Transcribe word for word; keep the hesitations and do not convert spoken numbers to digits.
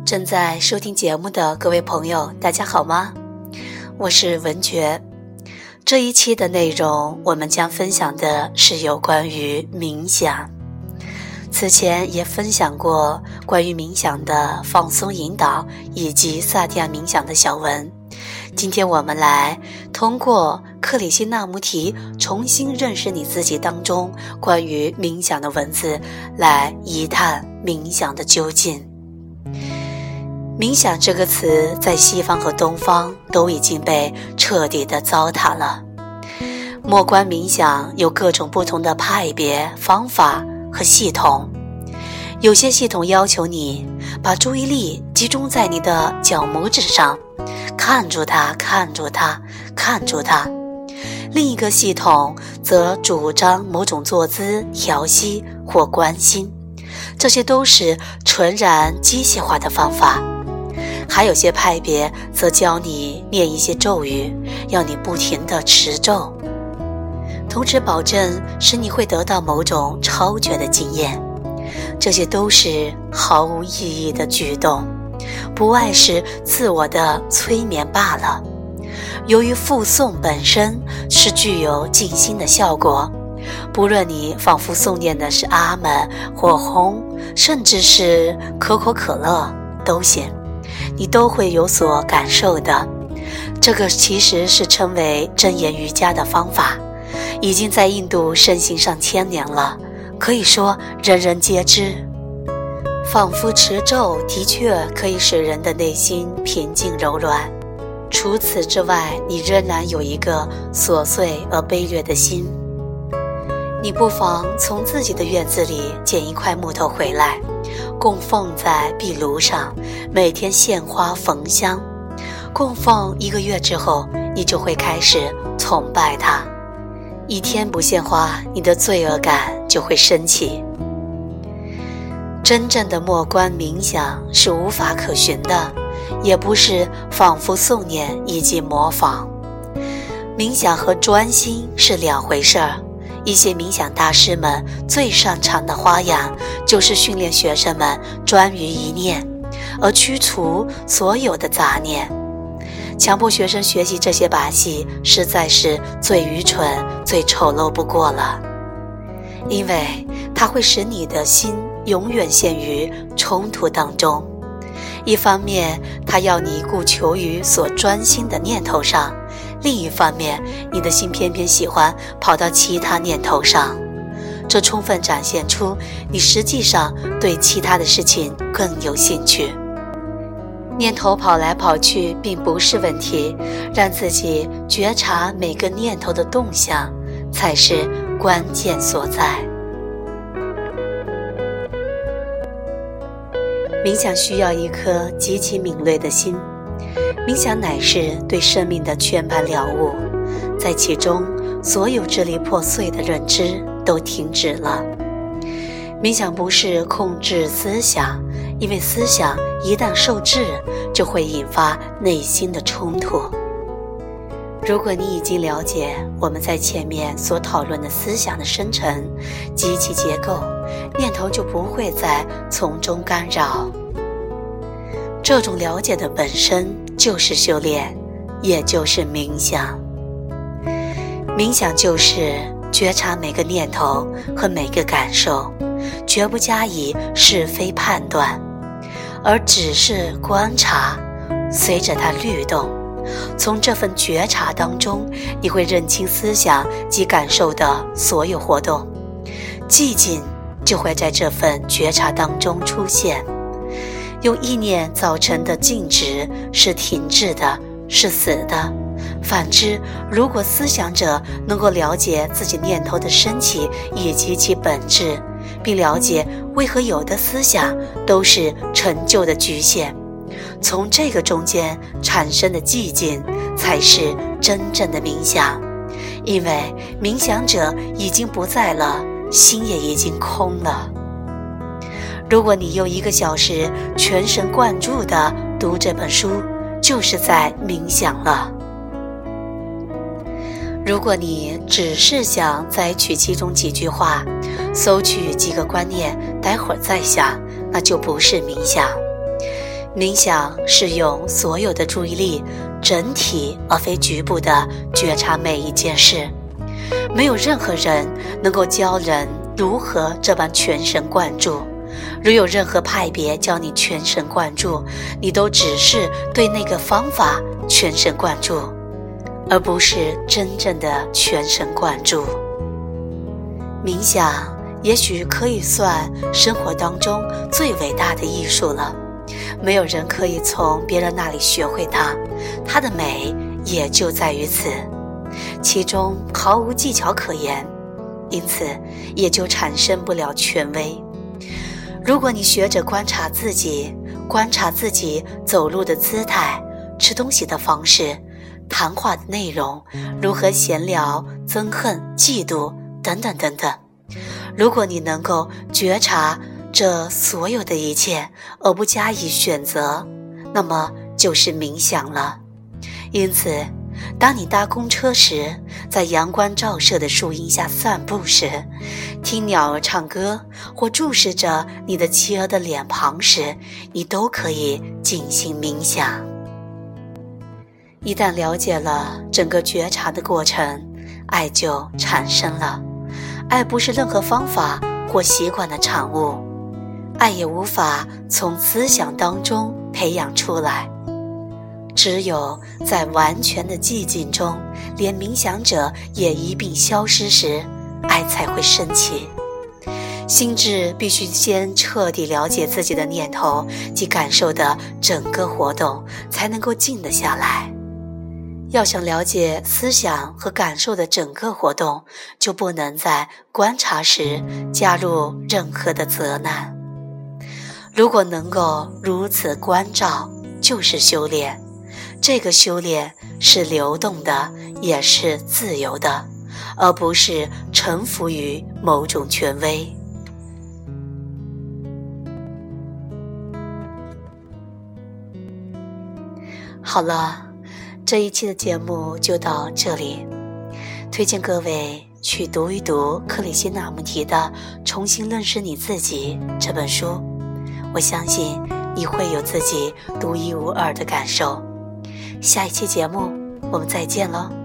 正在收听节目的各位朋友，大家好吗？我是文觉。这一期的内容，我们将分享的是有关于冥想。此前也分享过关于冥想的放松引导以及萨提亚冥想的小文。今天我们来通过克里希那穆提重新认识你自己当中关于冥想的文字，来一探冥想的究竟。冥想这个词在西方和东方都已经被彻底的糟蹋了。默观冥想有各种不同的派别、方法和系统。有些系统要求你把注意力集中在你的脚拇指上，看住它，看住它，看住它。另一个系统则主张某种坐姿、调息或观心，这些都是纯然机械化的方法。还有些派别则教你念一些咒语，要你不停地持咒，同时保证使你会得到某种超绝的经验。这些都是毫无意义的举动，不外是自我的催眠罢了。由于复诵本身是具有静心的效果，不论你仿佛诵念的是阿门或轰，甚至是可口可乐都行，你都会有所感受的。这个其实是称为真言瑜伽的方法，已经在印度盛行上千年了，可以说人人皆知。仿佛持咒的确可以使人的内心平静柔软，除此之外，你仍然有一个琐碎而卑劣的心。你不妨从自己的院子里捡一块木头回来，供奉在壁炉上，每天献花焚香。供奉一个月之后，你就会开始崇拜它。一天不献花，你的罪恶感就会升起。真正的默观冥想是无法可循的，也不是仿佛诵念以及模仿。冥想和专心是两回事儿。一些冥想大师们最擅长的花样，就是训练学生们专于一念，而驱除所有的杂念。强迫学生学习这些把戏，实在是最愚蠢、最丑陋不过了。因为它会使你的心永远陷于冲突当中。一方面，它要你顾求于所专心的念头上；另一方面，你的心偏偏喜欢跑到其他念头上，这充分展现出你实际上对其他的事情更有兴趣。念头跑来跑去并不是问题，让自己觉察每个念头的动向才是关键所在。冥想需要一颗极其敏锐的心，冥想乃是对生命的全盘了悟，在其中所有支离破碎的认知都停止了。冥想不是控制思想，因为思想一旦受制，就会引发内心的冲突。如果你已经了解我们在前面所讨论的思想的生成及其结构，念头就不会再从中干扰。这种了解的本身就是修炼，也就是冥想。冥想就是觉察每个念头和每个感受，绝不加以是非判断，而只是观察，随着它律动。从这份觉察当中，你会认清思想及感受的所有活动，寂静就会在这份觉察当中出现。用意念造成的静止是停滞的，是死的。反之，如果思想者能够了解自己念头的升起以及其本质，并了解为何有的思想都是陈旧的局限，从这个中间产生的寂静才是真正的冥想。因为冥想者已经不在了，心也已经空了。如果你用一个小时全神贯注地读这本书，就是在冥想了。如果你只是想摘取其中几句话，搜取几个观念，待会儿再想，那就不是冥想。 冥想是用所有的注意力整体而非局部的觉察每一件事，没有任何人能够教人如何这般全神贯注。如有任何派别教你全神贯注，你都只是对那个方法全神贯注，而不是真正的全神贯注。冥想也许可以算生活当中最伟大的艺术了，没有人可以从别人那里学会它，它的美也就在于此，其中毫无技巧可言，因此也就产生不了权威。如果你学着观察自己，观察自己走路的姿态、吃东西的方式、谈话的内容、如何闲聊、憎恨、嫉妒等等等等，如果你能够觉察这所有的一切而不加以选择，那么就是冥想了。因此当你搭公车时，在阳光照射的树荫下散步时，听鸟儿唱歌，或注视着你的妻儿的脸庞时，你都可以进行冥想。一旦了解了整个觉察的过程，爱就产生了。爱不是任何方法或习惯的产物，爱也无法从思想当中培养出来。只有在完全的寂静中，连冥想者也一并消失时，爱才会升起。心智必须先彻底了解自己的念头及感受的整个活动，才能够静得下来。要想了解思想和感受的整个活动，就不能在观察时加入任何的责难。如果能够如此关照，就是修炼。这个修炼是流动的，也是自由的，而不是臣服于某种权威。好了，这一期的节目就到这里，推荐各位去读一读克里希那穆提的《重新认识你自己》这本书，我相信你会有自己独一无二的感受。下一期节目我们再见了。